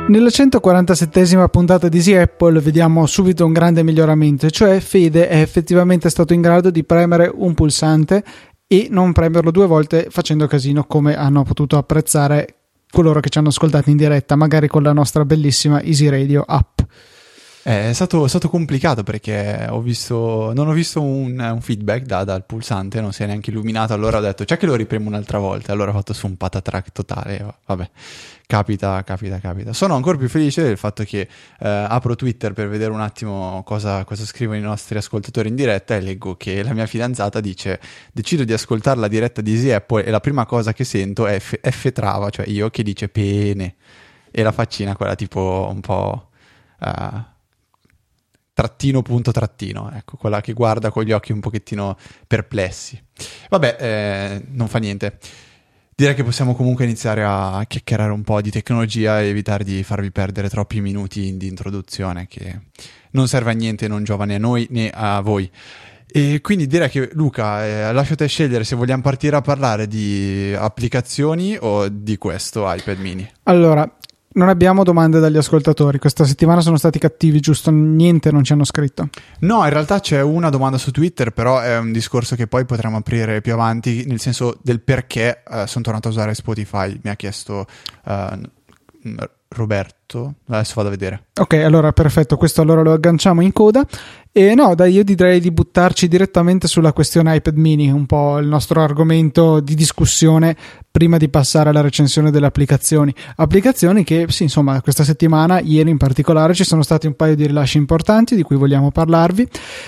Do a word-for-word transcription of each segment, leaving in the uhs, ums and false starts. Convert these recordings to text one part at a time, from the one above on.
Nella centoquarantasettesima puntata di Easy Apple vediamo subito un grande miglioramento, cioè Fede è effettivamente stato in grado di premere un pulsante e non premerlo due volte facendo casino, come hanno potuto apprezzare coloro che ci hanno ascoltato in diretta, magari con la nostra bellissima Easy Radio app. È stato, è stato complicato perché ho visto, non ho visto un, un feedback da, dal pulsante, non si è neanche illuminato, allora ho detto c'è che lo ripremo un'altra volta, allora ho fatto su un patatrack totale, vabbè, capita, capita, capita. Sono ancora più felice del fatto che eh, apro Twitter per vedere un attimo cosa, cosa scrivono i nostri ascoltatori in diretta e leggo che la mia fidanzata dice decido di ascoltare la diretta di Easy Apple e la prima cosa che sento è F, F trava, cioè io che dice pene, e la faccina quella tipo un po'... Uh, trattino punto trattino, ecco, quella che guarda con gli occhi un pochettino perplessi. Vabbè, eh, non fa niente. Direi che possiamo comunque iniziare a chiacchierare un po' di tecnologia e evitare di farvi perdere troppi minuti di introduzione che non serve a niente, non giova né a noi né a voi. E quindi direi che Luca, eh, lasciate scegliere se vogliamo partire a parlare di applicazioni o di questo iPad mini. Allora, non abbiamo domande dagli ascoltatori, questa settimana sono stati cattivi, giusto? Niente, non ci hanno scritto. No, in realtà c'è una domanda su Twitter, però è un discorso che poi potremo aprire più avanti, nel senso del perché uh, sono tornato a usare Spotify. Mi ha chiesto uh, Roberto, adesso vado a vedere. Ok, allora perfetto, questo allora lo agganciamo in coda. E no, dai, io direi di buttarci direttamente sulla questione iPad mini, un po' il nostro argomento di discussione prima di passare alla recensione delle applicazioni. Applicazioni che, sì, insomma, questa settimana, ieri in particolare, ci sono stati un paio di rilasci importanti di cui vogliamo parlarvi,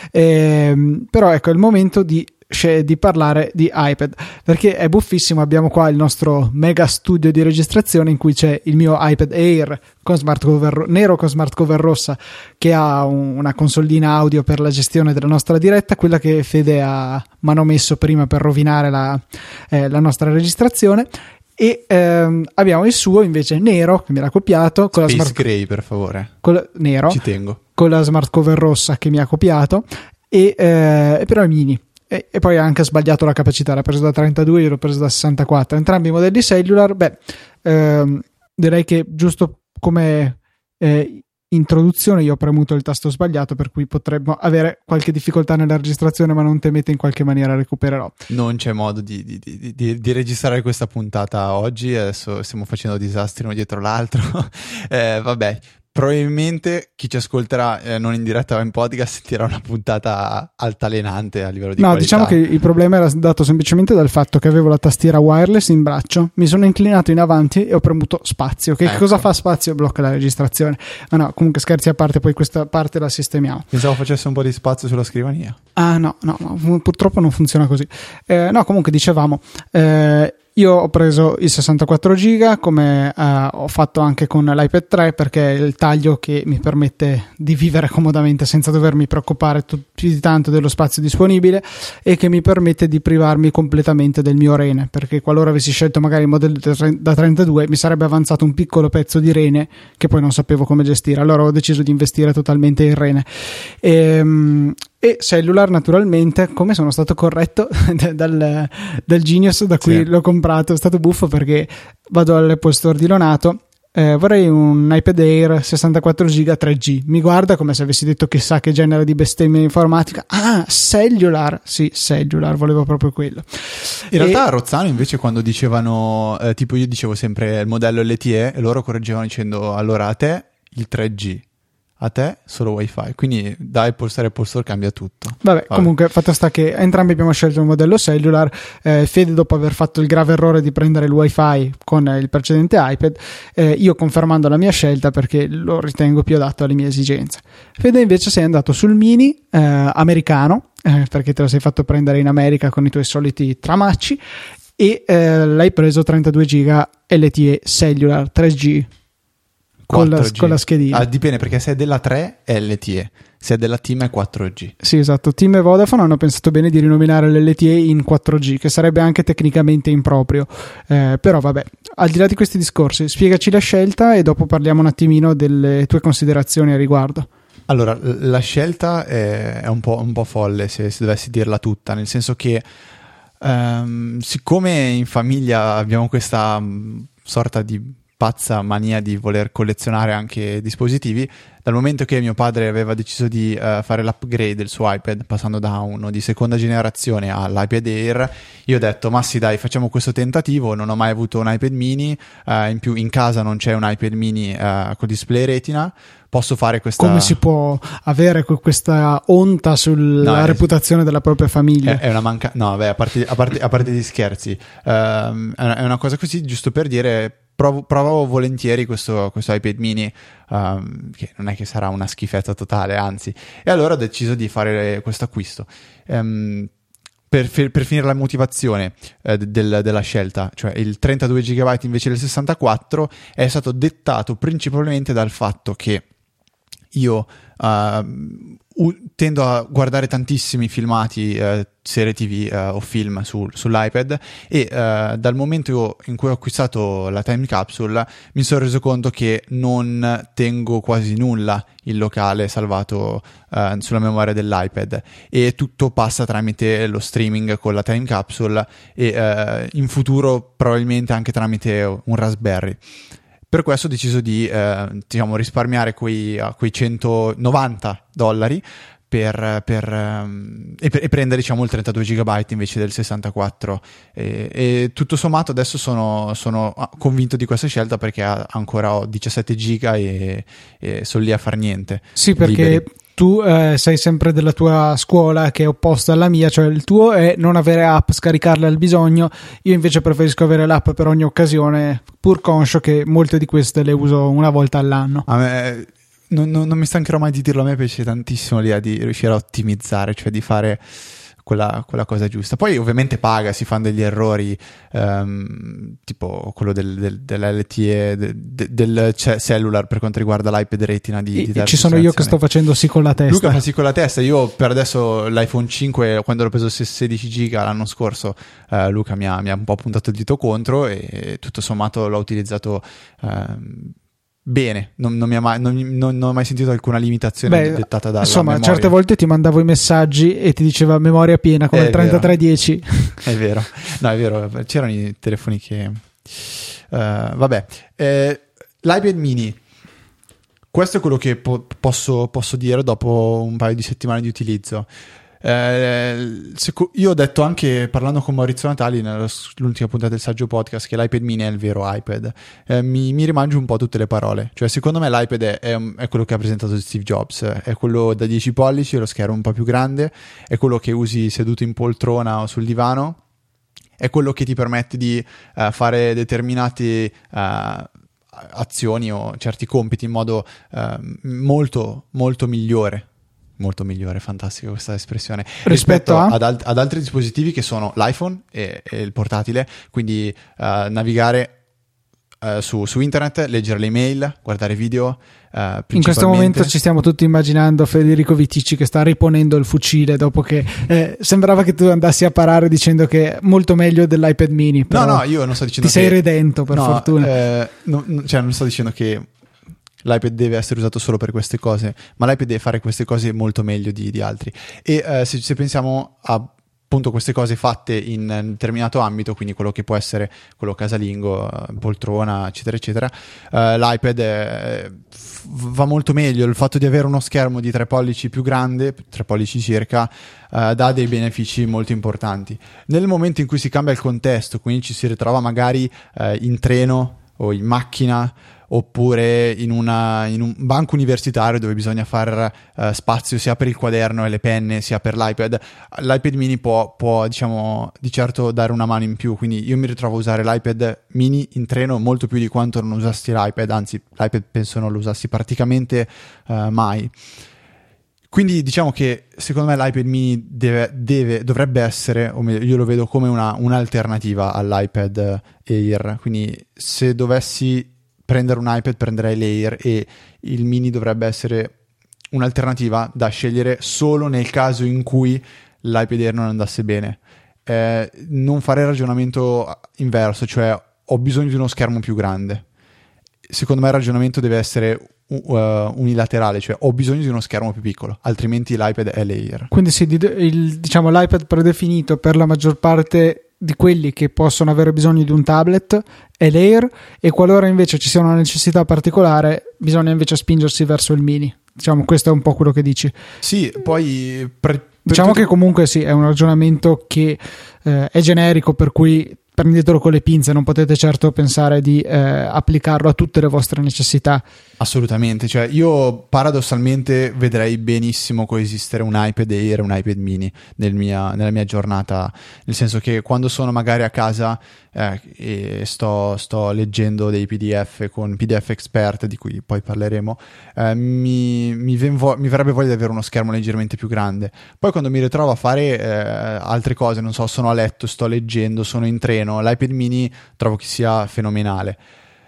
ehm, però ecco, è il momento di di parlare di iPad, perché è buffissimo. Abbiamo qua il nostro mega studio di registrazione in cui c'è il mio iPad Air con smart cover nero con smart cover rossa, che ha un, una consolina audio per la gestione della nostra diretta, quella che Fede ha manomesso prima per rovinare la, eh, la nostra registrazione. E ehm, abbiamo il suo invece nero che mi ha copiato con Space la smart Gray, per favore, con la, nero ci tengo, con la smart cover rossa che mi ha copiato, e eh, però è mini. E, e poi ha anche sbagliato la capacità, l'ha preso da trentadue, io l'ho preso da sessantaquattro, entrambi i modelli cellular. Beh, ehm, direi che giusto come eh, introduzione io ho premuto il tasto sbagliato, per cui potremmo avere qualche difficoltà nella registrazione, ma non temete, in qualche maniera recupererò. Non c'è modo di, di, di, di, di registrare questa puntata oggi, adesso stiamo facendo disastri uno dietro l'altro. eh, vabbè, probabilmente chi ci ascolterà eh, non in diretta ma in podcast sentirà una puntata altalenante a livello di no, qualità. Diciamo che il problema era dato semplicemente dal fatto che avevo la tastiera wireless in braccio, mi sono inclinato in avanti e ho premuto spazio. Che ecco. Cosa fa spazio? Blocca la registrazione. Ma no, comunque scherzi a parte, poi questa parte la sistemiamo. Pensavo facesse un po' di spazio sulla scrivania. Ah no, no, no, purtroppo non funziona così. Eh, no, comunque dicevamo... Eh, Io ho preso il sessantaquattro giga, come eh, ho fatto anche con l'iPad tre, perché è il taglio che mi permette di vivere comodamente senza dovermi preoccupare più di tanto dello spazio disponibile, e che mi permette di privarmi completamente del mio rene, perché qualora avessi scelto magari il modello da trentadue mi sarebbe avanzato un piccolo pezzo di rene che poi non sapevo come gestire, allora ho deciso di investire totalmente in rene. E, e cellular, naturalmente, come sono stato corretto dal, dal Genius da cui sì. l'ho comprato. È stato buffo perché vado all'Apple Store di Lonato, eh, vorrei un iPad Air sessantaquattro giga tre G, mi guarda come se avessi detto chissà che genere di bestemmia informatica. Ah, cellular, sì, cellular, volevo proprio quello. In e... realtà a Rozzano invece, quando dicevano eh, tipo io dicevo sempre il modello L T E e loro correggevano dicendo allora a te il tre G, a te solo wifi, quindi da Apple Store a Apple Store cambia tutto. Vabbè, Vabbè. Comunque fatto sta che entrambi abbiamo scelto il modello cellular. eh, Fede, dopo aver fatto il grave errore di prendere il wifi con il precedente iPad, eh, io confermando la mia scelta perché lo ritengo più adatto alle mie esigenze. Fede invece sei andato sul mini eh, americano, eh, perché te lo sei fatto prendere in America con i tuoi soliti tramacci, e eh, l'hai preso trentadue giga L T E cellular tre G Con la, con la schedina. Ah, dipende, perché se è della tre è L T E, se è della Team è quattro G. Sì, esatto. Team e Vodafone hanno pensato bene di rinominare l'L T E in quattro G, che sarebbe anche tecnicamente improprio. Eh, però vabbè, al di là di questi discorsi, spiegaci la scelta e dopo parliamo un attimino delle tue considerazioni a riguardo. Allora, la scelta è, è un po', un po' folle, se, se dovessi dirla tutta, nel senso che um, siccome in famiglia abbiamo questa um, sorta di pazza mania di voler collezionare anche dispositivi. Dal momento che mio padre aveva deciso di uh, fare l'upgrade del suo iPad, passando da uno di seconda generazione all'iPad Air, io ho detto, ma sì dai, facciamo questo tentativo. Non ho mai avuto un iPad mini, uh, in più in casa non c'è un iPad mini uh, con display retina, posso fare questa... Come si può avere questa onta sulla no, reputazione della propria famiglia? È, è una manca... No, vabbè, a parte, a parte, a parte gli scherzi, uh, è una cosa così, giusto per dire... Provo, provavo volentieri questo, questo iPad mini, um, che non è che sarà una schifezza totale, anzi. E allora ho deciso di fare questo acquisto. Um, per, per finire la motivazione eh, del, della scelta, cioè il trentadue giga invece del sessantaquattro, è stato dettato principalmente dal fatto che io uh, u- tendo a guardare tantissimi filmati, uh, serie tv uh, o film su, sull'iPad e uh, dal momento in cui ho acquistato la Time Capsule mi sono reso conto che non tengo quasi nulla in locale salvato uh, sulla memoria dell'iPad e tutto passa tramite lo streaming con la Time Capsule e uh, in futuro probabilmente anche tramite un Raspberry. Per questo ho deciso di eh, diciamo, risparmiare quei, quei centonovanta dollari per, per, um, e, per, e prendere diciamo, il trentadue giga invece del sessantaquattro. E, e tutto sommato adesso sono, sono convinto di questa scelta perché ancora ho diciassette giga e, e sono lì a far niente. Sì, perché... Liberi. Tu eh, sei sempre della tua scuola che è opposta alla mia, cioè il tuo è non avere app, scaricarle al bisogno. Io invece preferisco avere l'app per ogni occasione, pur conscio che molte di queste le uso una volta all'anno. A me, non, non, non mi stancherò mai di dirlo, a me piace tantissimo l'idea di riuscire a ottimizzare, cioè di fare quella, quella cosa giusta. Poi ovviamente paga, si fanno degli errori, um, tipo quello del, del, dell'L T E, del, del cellular per quanto riguarda l'iPad Retina di, di ci sono io che sto facendo sì con la testa. Luca fa sì con la testa. Io per adesso l'iPhone cinque, quando l'ho preso sedici giga l'anno scorso, uh, Luca mi ha, mi ha un po' puntato il dito contro e tutto sommato l'ho utilizzato uh, bene, non, non, mi ha mai, non, non, non ho mai sentito alcuna limitazione Beh, dettata dalla insomma, memoria. Certe volte ti mandavo i messaggi e ti diceva memoria piena come è il trentatré dieci. È vero, no è vero, c'erano i telefoni che... Uh, vabbè, eh, l'iPad mini, questo è quello che po- posso, posso dire dopo un paio di settimane di utilizzo. Eh, io ho detto anche parlando con Maurizio Natali nell'ultima puntata del Saggio Podcast che l'iPad mini è il vero iPad. eh, mi, mi rimangio un po' tutte le parole, cioè secondo me l'iPad è, è, è quello che ha presentato Steve Jobs, è quello da dieci pollici, lo schermo un po' più grande, è quello che usi seduto in poltrona o sul divano, è quello che ti permette di uh, fare determinate uh, azioni o certi compiti in modo uh, molto molto migliore molto migliore, fantastica questa espressione, rispetto, rispetto a? ad, al- ad altri dispositivi che sono l'iPhone e, e il portatile, quindi uh, navigare uh, su, su internet, leggere le email, guardare video. Uh, in questo momento ci stiamo tutti immaginando Federico Viticci che sta riponendo il fucile dopo che eh, sembrava che tu andassi a parare dicendo che è molto meglio dell'iPad mini, però no no io non sto dicendo ti che... sei redento per no, fortuna eh, no, cioè non sto dicendo che l'iPad deve essere usato solo per queste cose, ma l'iPad deve fare queste cose molto meglio di, di altri. E uh, se, se pensiamo a appunto queste cose fatte in un determinato ambito, quindi quello che può essere quello casalingo, poltrona, eccetera, eccetera, uh, l'iPad è, f- va molto meglio. Il fatto di avere uno schermo di tre pollici più grande, tre pollici circa, uh, dà dei benefici molto importanti. Nel momento in cui si cambia il contesto, quindi ci si ritrova magari uh, in treno o in macchina, oppure in, una, in un banco universitario dove bisogna fare uh, spazio sia per il quaderno e le penne sia per l'iPad, l'iPad mini può, può diciamo di certo dare una mano in più, quindi io mi ritrovo a usare l'iPad mini in treno molto più di quanto non usassi l'iPad, anzi l'iPad penso non lo usassi praticamente uh, mai. Quindi diciamo che secondo me l'iPad mini deve, deve, dovrebbe essere, o meglio, io lo vedo come una, un'alternativa all'iPad Air, quindi se dovessi prendere un iPad prenderei l'Air e il mini dovrebbe essere un'alternativa da scegliere solo nel caso in cui l'iPad Air non andasse bene. Eh, non fare il ragionamento inverso, cioè ho bisogno di uno schermo più grande. Secondo me il ragionamento deve essere uh, unilaterale, cioè ho bisogno di uno schermo più piccolo, altrimenti l'iPad è l'Air. Quindi sì, il, diciamo l'iPad predefinito per la maggior parte di quelli che possono avere bisogno di un tablet è l'Air, e qualora invece ci sia una necessità particolare bisogna invece spingersi verso il mini. Diciamo, questo è un po' quello che dici. Sì, poi pre- diciamo tutto... che comunque sì, è un ragionamento che eh, è generico, per cui prendetelo con le pinze, non potete certo pensare di eh, applicarlo a tutte le vostre necessità. Assolutamente, cioè io paradossalmente vedrei benissimo coesistere un iPad Air e un iPad mini nel mia, nella mia giornata, nel senso che quando sono magari a casa eh, e sto, sto leggendo dei P D F con P D F Expert, di cui poi parleremo, eh, mi, mi, ven vo- mi verrebbe voglia di avere uno schermo leggermente più grande. Poi quando mi ritrovo a fare eh, altre cose, non so, sono a letto, sto leggendo, sono in treno, l'iPad mini trovo che sia fenomenale.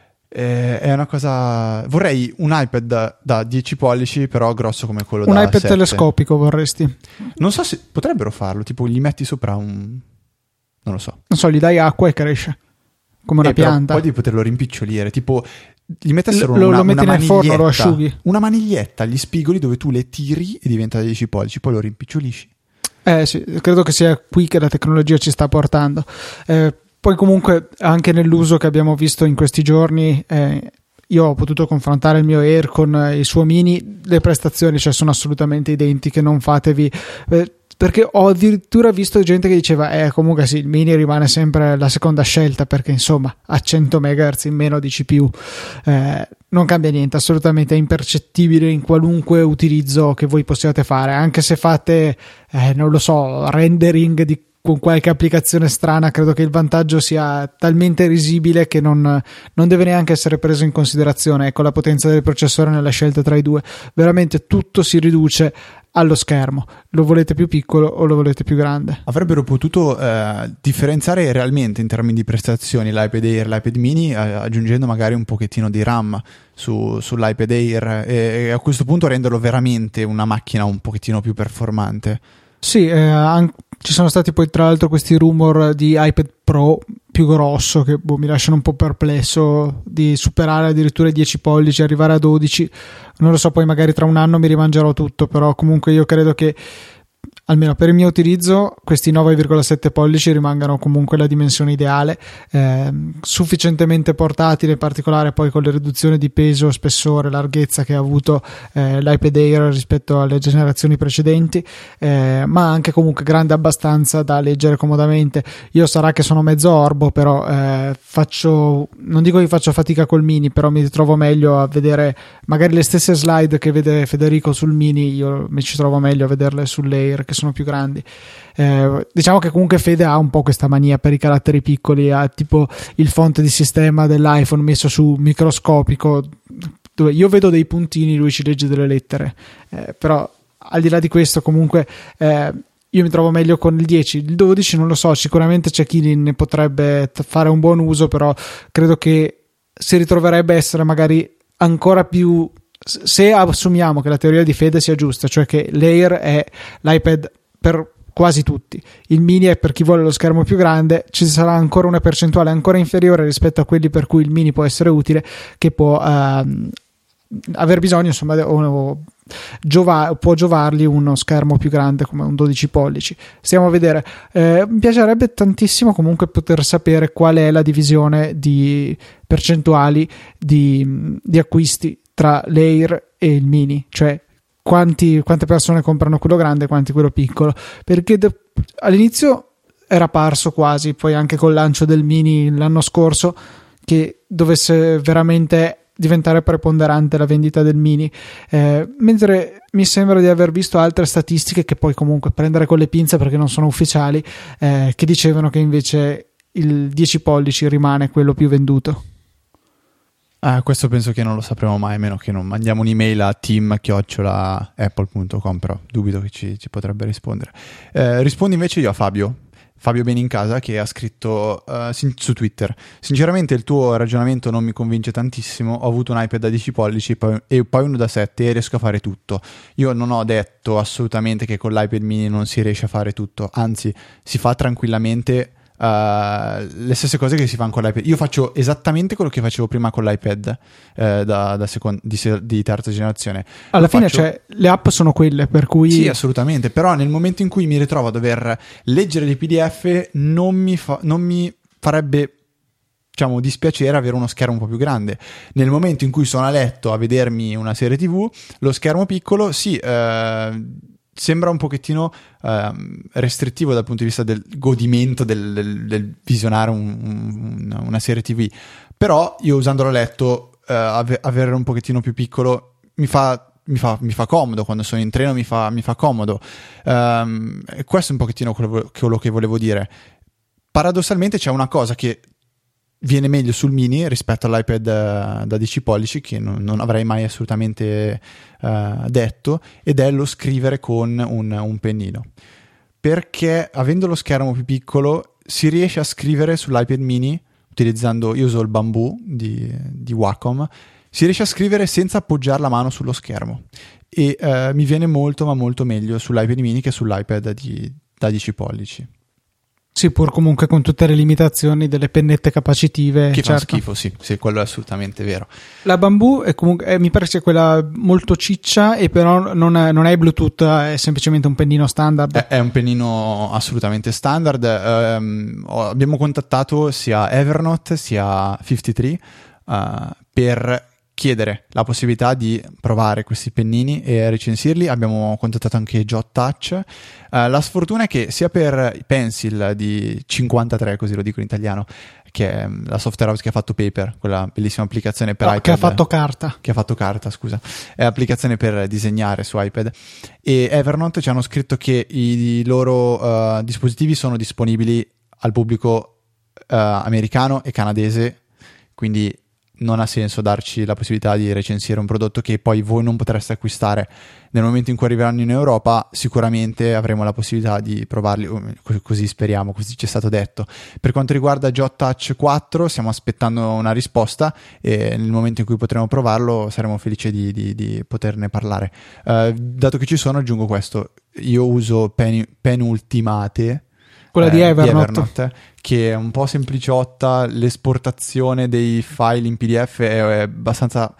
Eh, è una cosa, vorrei un iPad da, da dieci pollici però grosso come quello un da iPad sette. telescopico vorresti? Non so se potrebbero farlo, tipo gli metti sopra un, non lo so, non so, gli dai acqua e cresce come una eh, però pianta. poi devi poterlo rimpicciolire, tipo gli mettessero lo, una, lo metti una nel forno, lo maniglietta, asciughi. una maniglietta agli spigoli dove tu le tiri e diventa da dieci pollici, poi lo rimpicciolisci. Eh sì, credo che sia qui che la tecnologia ci sta portando. Eh, poi comunque anche nell'uso che abbiamo visto in questi giorni, eh, io ho potuto confrontare il mio Air con eh, il suo mini, le prestazioni cioè sono assolutamente identiche, non fatevi eh, perché ho addirittura visto gente che diceva eh comunque sì, il mini rimane sempre la seconda scelta perché insomma ha cento megahertz in meno di C P U. Eh, non cambia niente, assolutamente è impercettibile in qualunque utilizzo che voi possiate fare, anche se fate eh, non lo so, rendering di con qualche applicazione strana, credo che il vantaggio sia talmente risibile che non, non deve neanche essere preso in considerazione. Ecco, la potenza del processore nella scelta tra i due, veramente tutto si riduce allo schermo. Lo volete più piccolo o lo volete più grande? Avrebbero potuto eh, differenziare realmente in termini di prestazioni l'iPad Air e l'iPad mini, eh, aggiungendo magari un pochettino di RAM su, sull'iPad Air e, e a questo punto renderlo veramente una macchina un pochettino più performante. Sì, eh, an- ci sono stati poi tra l'altro questi rumor di iPad Pro più grosso che boh, mi lasciano un po' perplesso, di superare addirittura i dieci pollici, arrivare a dodici. Non lo so, poi magari tra un anno mi rimangerò tutto, però comunque io credo che almeno per il mio utilizzo questi nove virgola sette pollici rimangano comunque la dimensione ideale, eh, sufficientemente portatile, in particolare poi con le riduzioni di peso, spessore, larghezza che ha avuto eh, l'iPad Air rispetto alle generazioni precedenti, eh, ma anche comunque grande abbastanza da leggere comodamente. Io sarà che sono mezzo orbo, però eh, faccio, non dico che faccio fatica col mini, però mi trovo meglio a vedere magari le stesse slide che vede Federico sul mini, io mi ci trovo meglio a vederle sull'Air che sono più grandi. Eh, diciamo che comunque Fede ha un po' questa mania per i caratteri piccoli, ha tipo il font di sistema dell'iPhone messo su microscopico dove io vedo dei puntini, lui ci legge delle lettere, eh, però al di là di questo comunque eh, io mi trovo meglio con il dieci. Il dodici non lo so, sicuramente c'è chi ne potrebbe t- fare un buon uso, però credo che si ritroverebbe a essere magari ancora più, se assumiamo che la teoria di Fede sia giusta, cioè che l'Air è l'iPad per quasi tutti, il mini è per chi vuole lo schermo più grande, ci sarà ancora una percentuale ancora inferiore rispetto a quelli per cui il mini può essere utile, che può ehm, aver bisogno, insomma, o, o giova, può giovargli uno schermo più grande come un dodici pollici. Stiamo a vedere. Eh, mi piacerebbe tantissimo comunque poter sapere qual è la divisione di percentuali di, di acquisti tra l'Air e il mini, cioè quanti, quante persone comprano quello grande e quanti quello piccolo, perché de- all'inizio era parso quasi, poi anche col lancio del mini l'anno scorso, che dovesse veramente diventare preponderante la vendita del mini, eh, mentre mi sembra di aver visto altre statistiche che poi comunque prendere con le pinze perché non sono ufficiali, eh, che dicevano che invece il dieci pollici rimane quello più venduto. Ah, questo penso che non lo sapremo mai, a meno che non mandiamo un'email a team chiocciola apple punto com, però dubito che ci, ci potrebbe rispondere. Eh, rispondo invece io a Fabio, Fabio Benincasa, che ha scritto uh, sin- su Twitter: sinceramente il tuo ragionamento non mi convince tantissimo, ho avuto un iPad da dieci pollici poi, e poi uno da sette e riesco a fare tutto. Io non ho detto assolutamente che con l'iPad mini non si riesce a fare tutto, anzi si fa tranquillamente Uh, le stesse cose che si fanno con l'iPad. Io faccio esattamente quello che facevo prima con l'iPad eh, da, da second- di, se- di terza generazione. Alla Lo fine faccio... cioè, le app sono quelle, per cui sì, assolutamente, però nel momento in cui mi ritrovo a dover leggere dei P D F non mi, fa- non mi farebbe, diciamo, dispiacere avere uno schermo un po' più grande. Nel momento in cui sono a letto a vedermi una serie tivù, lo schermo piccolo sì, eh, sembra un pochettino eh, restrittivo dal punto di vista del godimento del, del, del visionare un, un, una serie tivù, però io usandolo a letto eh, ave- avere un pochettino più piccolo mi fa, mi fa, mi fa comodo. Quando sono in treno mi fa, mi fa comodo. Um, e questo è un pochettino quello, quello che volevo dire. Paradossalmente c'è una cosa che viene meglio sul mini rispetto all'iPad da dieci pollici, che non, non avrei mai assolutamente uh, detto, ed è lo scrivere con un, un pennino, perché avendo lo schermo più piccolo si riesce a scrivere sull'iPad mini utilizzando, io uso il Bamboo di, di Wacom, si riesce a scrivere senza appoggiare la mano sullo schermo e uh, mi viene molto ma molto meglio sull'iPad mini che sull'iPad di, da dieci pollici. Sì, pur comunque con tutte le limitazioni delle pennette capacitive. Che certo. fa schifo, sì, sì, quello è assolutamente vero. La Bamboo è comunque, eh, mi pare sia quella molto ciccia, e però non è, non è Bluetooth, è semplicemente un pennino standard. È, è un pennino assolutamente standard. Um, ho, abbiamo contattato sia Evernote sia cinquantatré uh, per chiedere la possibilità di provare questi pennini e recensirli. Abbiamo contattato anche Jot Touch. Uh, la sfortuna è che sia per i pencil di cinquantatré, così lo dico in italiano, che è la software house che ha fatto Paper, quella bellissima applicazione per no, iPad. Che ha fatto carta. Che ha fatto carta, scusa. È applicazione per disegnare su iPad. E Evernote ci hanno scritto che i loro uh, dispositivi sono disponibili al pubblico uh, americano e canadese, quindi non ha senso darci la possibilità di recensire un prodotto che poi voi non potreste acquistare. Nel momento in cui arriveranno in Europa sicuramente avremo la possibilità di provarli, così speriamo, così ci è stato detto. Per quanto riguarda Jot Touch quattro stiamo aspettando una risposta e nel momento in cui potremo provarlo saremo felici di, di, di poterne parlare. Uh, dato che ci sono, aggiungo questo: io uso Pen, Penultimate, quella eh, di Evernote. di Evernote, che è un po' sempliciotta. L'esportazione dei file in P D F è, è abbastanza,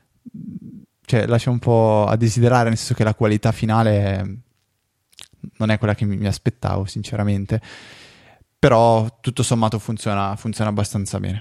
cioè lascia un po' a desiderare, nel senso che la qualità finale è, non è quella che mi, mi aspettavo sinceramente, però tutto sommato funziona, funziona abbastanza bene.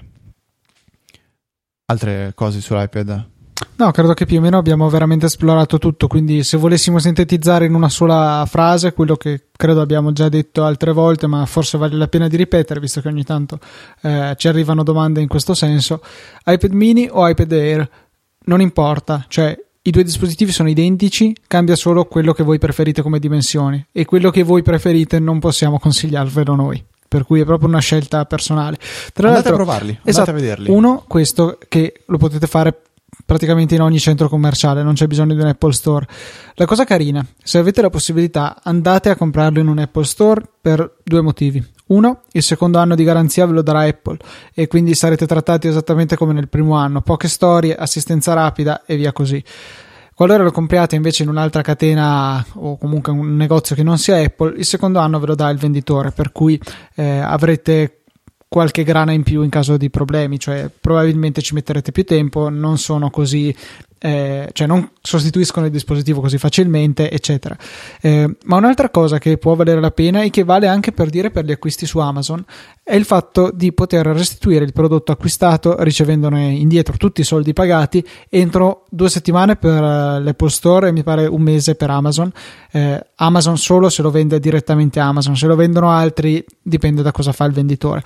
Altre cose sull'iPad? No, credo che più o meno abbiamo veramente esplorato tutto, quindi se volessimo sintetizzare in una sola frase quello che credo abbiamo già detto altre volte, ma forse vale la pena di ripetere visto che ogni tanto eh, ci arrivano domande in questo senso: iPad mini o iPad Air, non importa, cioè i due dispositivi sono identici, cambia solo quello che voi preferite come dimensioni, e quello che voi preferite non possiamo consigliarvelo noi, per cui è proprio una scelta personale. Tra andate l'altro, a provarli, andate esatto, a vederli. Uno, questo, che lo potete fare praticamente in ogni centro commerciale, non c'è bisogno di un Apple Store. La cosa carina, se avete la possibilità, andate a comprarlo in un Apple Store per due motivi. Uno, il secondo anno di garanzia ve lo darà Apple e quindi sarete trattati esattamente come nel primo anno, poche storie, assistenza rapida e via così. Qualora lo compriate invece in un'altra catena o comunque un negozio che non sia Apple, il secondo anno ve lo dà il venditore, per cui eh, avrete qualche grana in più in caso di problemi, cioè probabilmente ci metterete più tempo, non sono così eh, cioè non sostituiscono il dispositivo così facilmente, eccetera. Eh, ma un'altra cosa che può valere la pena e che vale anche per dire per gli acquisti su Amazon è il fatto di poter restituire il prodotto acquistato ricevendone indietro tutti i soldi pagati entro due settimane per l'Apple Store e mi pare un mese per Amazon. eh, Amazon solo se lo vende direttamente Amazon, se lo vendono altri dipende da cosa fa il venditore.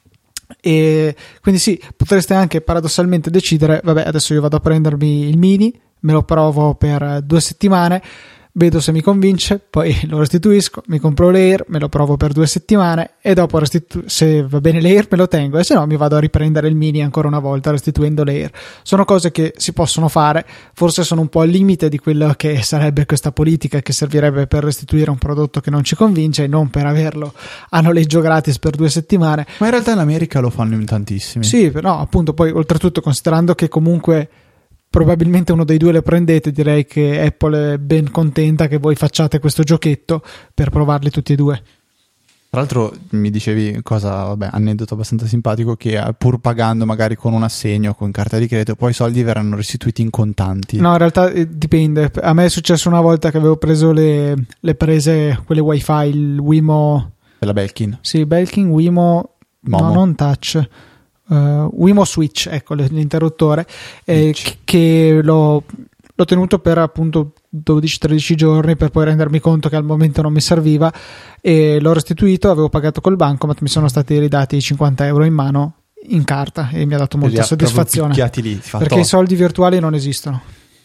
E quindi sì, potreste anche paradossalmente decidere: vabbè, adesso io vado a prendermi il mini, me lo provo per due settimane, vedo se mi convince, poi lo restituisco, mi compro l'Air, me lo provo per due settimane e dopo restitu- se va bene l'Air me lo tengo, e se no mi vado a riprendere il mini ancora una volta restituendo l'Air. Sono cose che si possono fare, forse sono un po' al limite di quello che sarebbe questa politica che servirebbe per restituire un prodotto che non ci convince e non per averlo a noleggio gratis per due settimane. Ma in realtà in America lo fanno in tantissimi. Sì, però appunto poi oltretutto, considerando che comunque probabilmente uno dei due le prendete, direi che Apple è ben contenta che voi facciate questo giochetto per provarli tutti e due. Tra l'altro mi dicevi, cosa, vabbè, aneddoto abbastanza simpatico, che pur pagando magari con un assegno, con carta di credito, poi i soldi verranno restituiti in contanti. No, in realtà eh, dipende. A me è successo una volta che avevo preso le, le prese, quelle wifi, il Wimo... La Belkin? Sì, Belkin, Wimo... Momo. No, non Touch. Uh, Wimo Switch, ecco l'interruttore, eh, che, che l'ho, l'ho tenuto per appunto dodici tredici giorni per poi rendermi conto che al momento non mi serviva e l'ho restituito. Avevo pagato col bancomat, mi sono stati ridati cinquanta euro in mano in carta e mi ha dato molta soddisfazione lì, perché i soldi virtuali non esistono.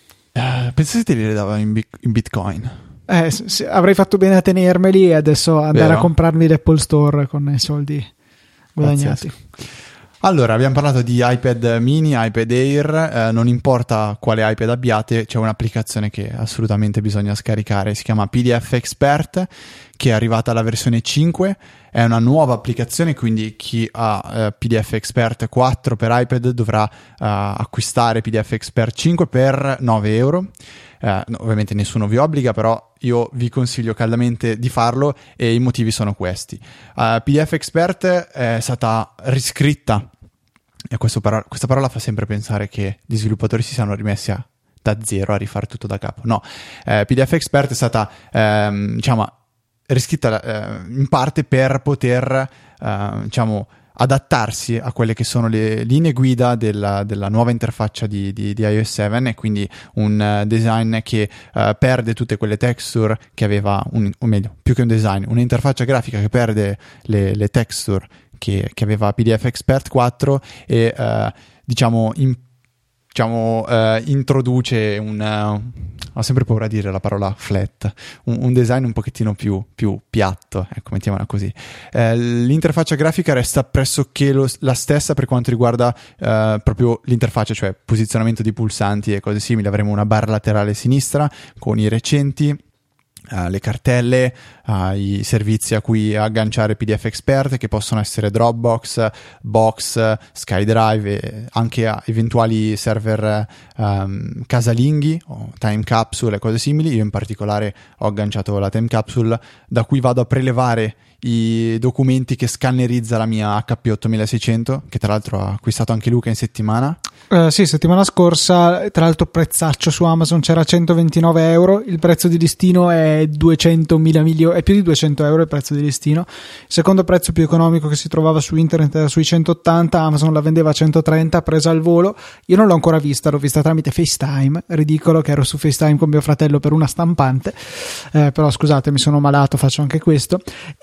Uh, pensate te li ridava in, bi- in Bitcoin? Eh, se, avrei fatto bene a tenermeli e adesso andare Vero? a comprarmi l'Apple Store con i soldi guadagnati. Pazzesco. Allora, abbiamo parlato di iPad mini, iPad Air, eh, non importa quale iPad abbiate, c'è un'applicazione che assolutamente bisogna scaricare, si chiama P D F Expert, che è arrivata alla versione cinque, è una nuova applicazione, quindi chi ha eh, P D F Expert quattro per iPad dovrà eh, acquistare P D F Expert cinque per nove euro. Eh, no, ovviamente nessuno vi obbliga, però io vi consiglio caldamente di farlo e i motivi sono questi. uh, P D F Expert è stata riscritta e questo parola, questa parola fa sempre pensare che gli sviluppatori si siano rimessi a, da zero a rifare tutto da capo. No, eh, P D F Expert è stata ehm, diciamo riscritta eh, in parte per poter eh, diciamo adattarsi a quelle che sono le linee guida della, della nuova interfaccia di, di, di iOS sette, e quindi un uh, design che uh, perde tutte quelle texture che aveva, un, o meglio, più che un design, un'interfaccia grafica che perde le, le texture che, che aveva P D F Expert quattro e uh, diciamo in diciamo uh, introduce un uh, ho sempre paura a dire la parola flat, un, un design un pochettino più, più piatto, ecco, mettiamola così. Eh, l'interfaccia grafica resta pressoché lo, la stessa per quanto riguarda eh, proprio l'interfaccia, cioè posizionamento di pulsanti e cose simili. Avremo una barra laterale sinistra con i recenti, Uh, le cartelle, uh, i servizi a cui agganciare P D F Expert, che possono essere Dropbox, Box, SkyDrive e anche a eventuali server um, casalinghi o time capsule e cose simili. Io in particolare ho agganciato la time capsule da cui vado a prelevare i documenti che scannerizza la mia H P ottomilaseicento, che tra l'altro ha acquistato anche Luca in settimana. Uh, sì, settimana scorsa, tra l'altro prezzaccio su Amazon, c'era centoventinove euro, il prezzo di listino è duecentomila milioni, è più di duecento euro il prezzo di listino. Il secondo prezzo più economico che si trovava su internet era sui centottanta, Amazon la vendeva a centotrenta, presa al volo. Io non l'ho ancora vista, l'ho vista tramite FaceTime, ridicolo che ero su FaceTime con mio fratello per una stampante, eh, però scusate, mi sono malato, faccio anche questo.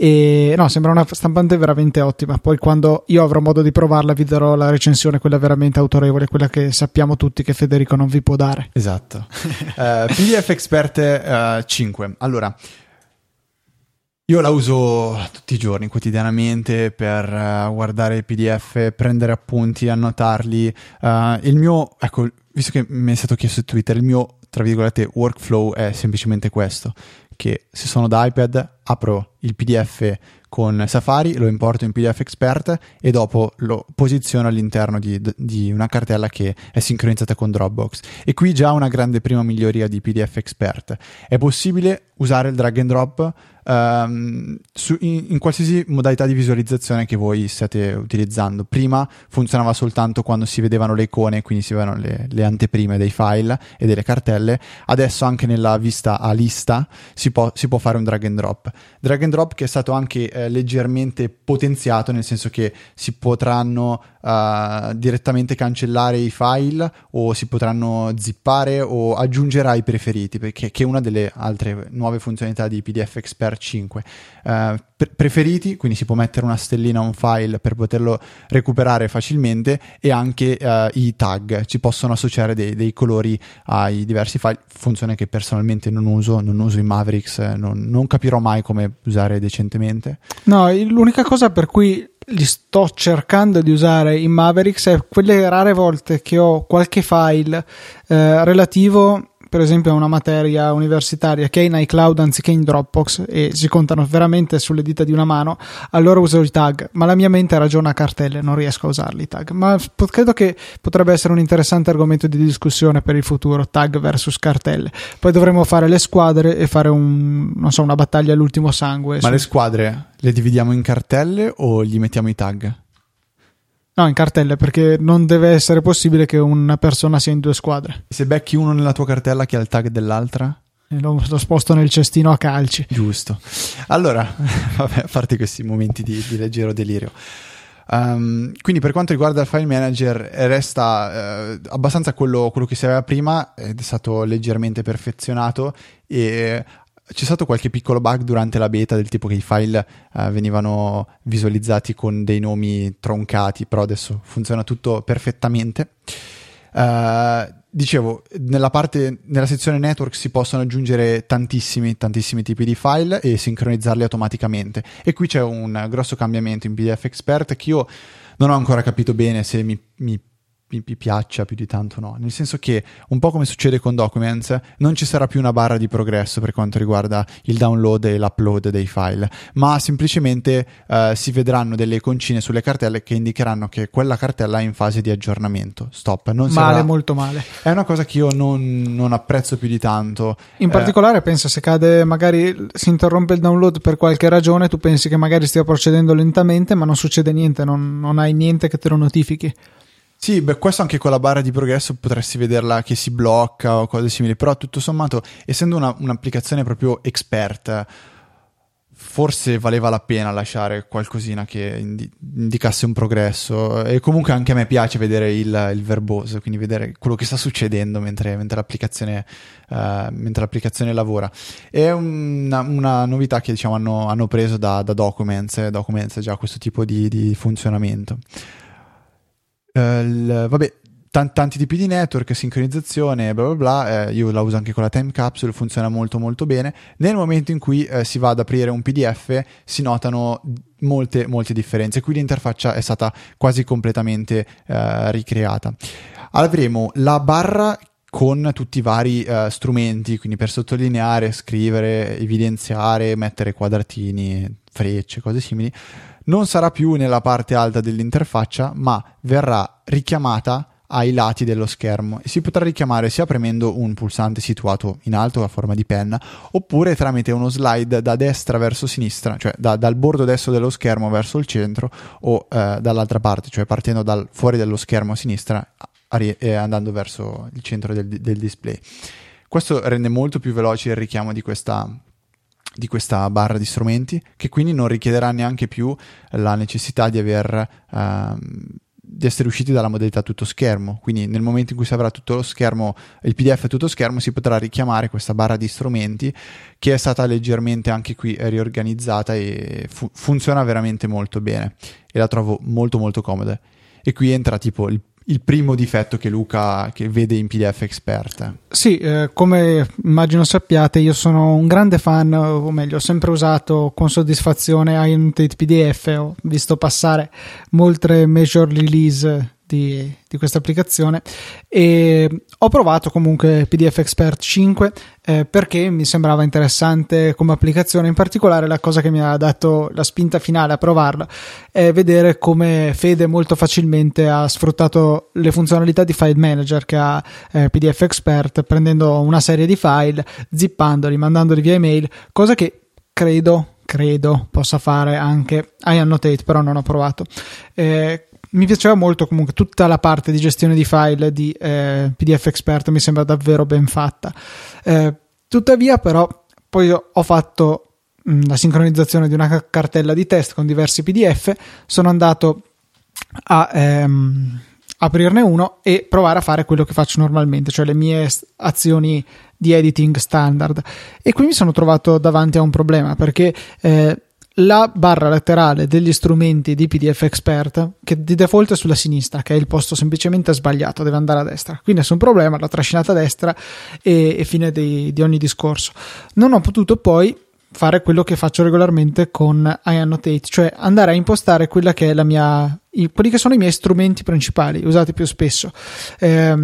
E no, sembra una stampante veramente ottima. Poi quando io avrò modo di provarla vi darò la recensione, quella veramente autorevole, quella che sappiamo tutti che Federico non vi può dare. Esatto. uh, P D F Expert uh, cinque. Allora, io la uso tutti i giorni, quotidianamente, per uh, guardare i P D F, prendere appunti, annotarli. Uh, il mio, ecco, visto che mi è stato chiesto su Twitter, il mio, tra virgolette, workflow è semplicemente questo, che se sono da iPad apro il P D F con Safari, lo importo in P D F Expert e dopo lo posiziono all'interno di, di una cartella che è sincronizzata con Dropbox. E qui già una grande prima miglioria di P D F Expert. È possibile usare il drag and drop um, su, in, in qualsiasi modalità di visualizzazione che voi stiate utilizzando. Prima funzionava soltanto quando si vedevano le icone, quindi si vedevano le, le anteprime dei file e delle cartelle. Adesso anche nella vista a lista si può, si può fare un drag and drop. Drag and drop che è stato anche eh, leggermente potenziato, nel senso che si potranno uh, direttamente cancellare i file o si potranno zippare o aggiungere ai preferiti, perché che è una delle altre nuove funzionalità di P D F Expert cinque. Uh, pre- preferiti, quindi si può mettere una stellina a un file per poterlo recuperare facilmente, e anche uh, i tag, ci possono associare dei, dei colori ai diversi file, funzione che personalmente non uso, non uso in Mavericks, non, non capirò mai come usare decentemente. No, l'unica cosa per cui li sto cercando di usare in Mavericks è quelle rare volte che ho qualche file eh, relativo, per esempio a una materia universitaria che è in iCloud anziché in Dropbox e si contano veramente sulle dita di una mano, allora uso i tag, ma la mia mente ragiona a cartelle, non riesco a usarli i tag. Ma credo che potrebbe essere un interessante argomento di discussione per il futuro, tag versus cartelle. Poi dovremo fare le squadre e fare un, non so, una battaglia all'ultimo sangue. Ma su... le squadre le dividiamo in cartelle o gli mettiamo i tag? No, in cartelle, perché non deve essere possibile che una persona sia in due squadre. Se becchi uno nella tua cartella che ha il tag dell'altra? E lo, lo sposto nel cestino a calci. Giusto. Allora, vabbè, a parte questi momenti di, di leggero delirio. Um, quindi per quanto riguarda il file manager resta eh, abbastanza quello, quello che si aveva prima, ed è stato leggermente perfezionato e c'è stato qualche piccolo bug durante la beta del tipo che i file uh, venivano visualizzati con dei nomi troncati, però adesso funziona tutto perfettamente. Uh, dicevo, nella parte, nella sezione network si possono aggiungere tantissimi, tantissimi tipi di file e sincronizzarli automaticamente, e qui c'è un grosso cambiamento in P D F Expert che io non ho ancora capito bene se mi, mi Mi, mi piaccia più di tanto, no, nel senso che un po' come succede con Documents non ci sarà più una barra di progresso per quanto riguarda il download e l'upload dei file, ma semplicemente uh, si vedranno delle iconcine sulle cartelle che indicheranno che quella cartella è in fase di aggiornamento. Stop. Non male, sarà... molto male. È una cosa che io non, non apprezzo più di tanto. In eh... particolare pensa, se cade, magari si interrompe il download per qualche ragione, tu pensi che magari stia procedendo lentamente, ma non succede niente, non, non hai niente che te lo notifichi. Sì, beh, questo anche con la barra di progresso potresti vederla che si blocca o cose simili, però tutto sommato, essendo una, un'applicazione proprio expert, forse valeva la pena lasciare qualcosina che indi- indicasse un progresso. E comunque anche a me piace vedere il, il verboso, quindi vedere quello che sta succedendo mentre, mentre, l'applicazione, uh, mentre l'applicazione lavora. È una, una novità che diciamo hanno, hanno preso da, da Documents, Documents ha già questo tipo di, di funzionamento. Uh, vabbè, t- tanti tipi di network, sincronizzazione, bla bla bla. Eh, io la uso anche con la time capsule, funziona molto molto bene. Nel momento in cui eh, si va ad aprire un P D F si notano molte molte differenze. Qui l'interfaccia è stata quasi completamente eh, ricreata. Avremo la barra con tutti i vari uh, strumenti, quindi per sottolineare, scrivere, evidenziare, mettere quadratini, frecce, cose simili. Non sarà più nella parte alta dell'interfaccia, ma verrà richiamata ai lati dello schermo e si potrà richiamare sia premendo un pulsante situato in alto a forma di penna, oppure tramite uno slide da destra verso sinistra, cioè da, dal bordo destro dello schermo verso il centro, o eh, dall'altra parte, cioè partendo dal fuori dello schermo a sinistra e andando verso il centro del, del display. Questo rende molto più veloce il richiamo di questa di questa barra di strumenti, che quindi non richiederà neanche più la necessità di aver uh, di essere usciti dalla modalità tutto schermo. Quindi nel momento in cui si avrà tutto lo schermo, il P D F tutto schermo, si potrà richiamare questa barra di strumenti, che è stata leggermente anche qui riorganizzata e fu- funziona veramente molto bene e la trovo molto molto comoda. E qui entra tipo il il primo difetto che Luca che vede in P D F Expert. Sì, eh, come immagino sappiate, io sono un grande fan, o meglio, ho sempre usato con soddisfazione iAnnotate P D F, ho visto passare molte major release di, di questa applicazione e ho provato comunque P D F Expert cinque eh, perché mi sembrava interessante come applicazione. In particolare la cosa che mi ha dato la spinta finale a provarla è vedere come Fede molto facilmente ha sfruttato le funzionalità di file manager che ha eh, P D F Expert, prendendo una serie di file, zippandoli, mandandoli via email, cosa che credo credo possa fare anche iAnnotate, però non ho provato. eh, Mi piaceva molto comunque tutta la parte di gestione di file di eh, P D F Expert, mi sembra davvero ben fatta. Eh, tuttavia però poi ho fatto mh, la sincronizzazione di una cartella di test con diversi P D F, sono andato a ehm, aprirne uno e provare a fare quello che faccio normalmente, cioè le mie azioni di editing standard, e qui mi sono trovato davanti a un problema, perché eh, la barra laterale degli strumenti di P D F Expert, che di default è sulla sinistra, che è il posto semplicemente sbagliato, deve andare a destra, qui nessun problema, l'ho trascinata a destra e, e fine di, di ogni discorso. Non ho potuto poi fare quello che faccio regolarmente con iAnnotate, cioè andare a impostare quella che è la mia, i, quelli che sono i miei strumenti principali usati più spesso. Ehm,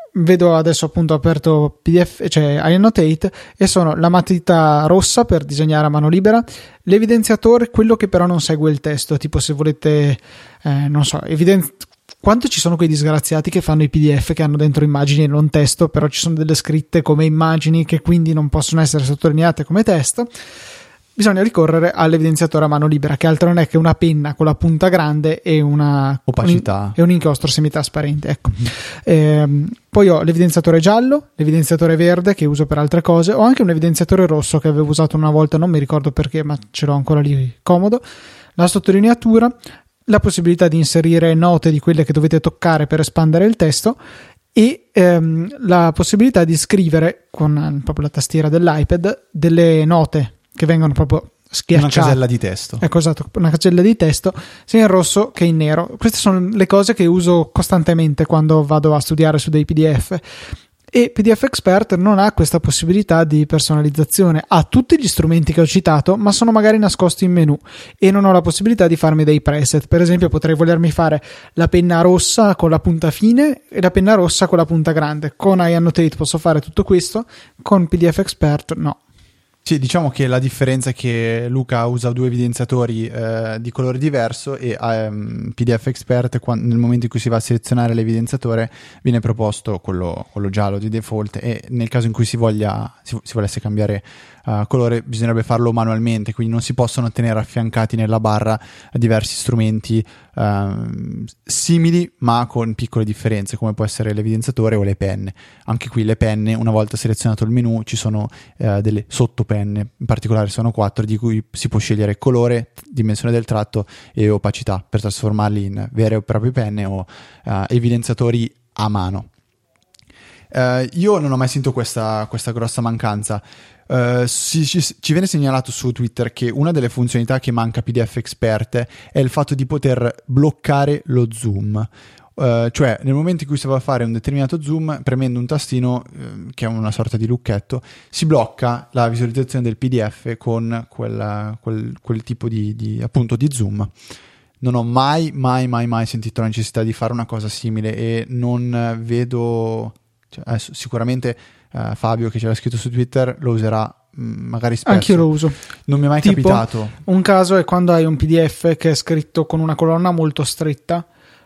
vedo adesso appunto aperto P D F, cioè iAnnotate, e sono la matita rossa per disegnare a mano libera, l'evidenziatore, quello che però non segue il testo, tipo se volete eh, non so, evidenziare quanto ci sono quei disgraziati che fanno i P D F che hanno dentro immagini e non testo, però ci sono delle scritte come immagini che quindi non possono essere sottolineate come testo. Bisogna ricorrere all'evidenziatore a mano libera, che altro non è che una penna con la punta grande e una opacità un, e un inchiostro semitrasparente, ecco. Mm-hmm. ehm, poi ho l'evidenziatore giallo, l'evidenziatore verde che uso per altre cose, ho anche un evidenziatore rosso che avevo usato una volta, non mi ricordo perché, ma ce l'ho ancora lì comodo, la sottolineatura, la possibilità di inserire note di quelle che dovete toccare per espandere il testo e ehm, la possibilità di scrivere con proprio la tastiera dell'iPad delle note che vengono proprio schiacciate. Una casella di testo. Ecco, esatto, una casella di testo sia in rosso che in nero. Queste sono le cose che uso costantemente quando vado a studiare su dei P D F. E P D F Expert non ha questa possibilità di personalizzazione, ha tutti gli strumenti che ho citato ma sono magari nascosti in menu e non ho la possibilità di farmi dei preset. Per esempio potrei volermi fare la penna rossa con la punta fine e la penna rossa con la punta grande. Con iAnnotate posso fare tutto questo, con P D F Expert no. Sì, diciamo che la differenza è che Luca usa due evidenziatori eh, di colore diverso e um, P D F Expert quando, nel momento in cui si va a selezionare l'evidenziatore viene proposto quello, quello giallo di default, e nel caso in cui si voglia si, si volesse cambiare uh, colore bisognerebbe farlo manualmente, quindi non si possono tenere affiancati nella barra diversi strumenti uh, simili ma con piccole differenze, come può essere l'evidenziatore o le penne. Anche qui le penne, una volta selezionato il menu ci sono uh, delle sottopenne, in particolare sono quattro, di cui si può scegliere colore, dimensione del tratto e opacità per trasformarli in vere e proprie penne o uh, evidenziatori a mano. Uh, io non ho mai sentito questa, questa grossa mancanza. Uh, ci, ci, ci viene segnalato su Twitter che una delle funzionalità che manca a P D F Expert è il fatto di poter bloccare lo zoom. Uh, cioè nel momento in cui si va a fare un determinato zoom, premendo un tastino uh, che è una sorta di lucchetto, si blocca la visualizzazione del P D F con quel, quel, quel tipo di, di appunto di zoom. Non ho mai mai mai mai sentito la necessità di fare una cosa simile e non vedo, cioè, adesso, sicuramente uh, Fabio che ce l'ha scritto su Twitter lo userà magari spesso. Anch'io lo uso. Non mi è mai tipo, capitato. Un caso è quando hai un P D F che è scritto con una colonna molto stretta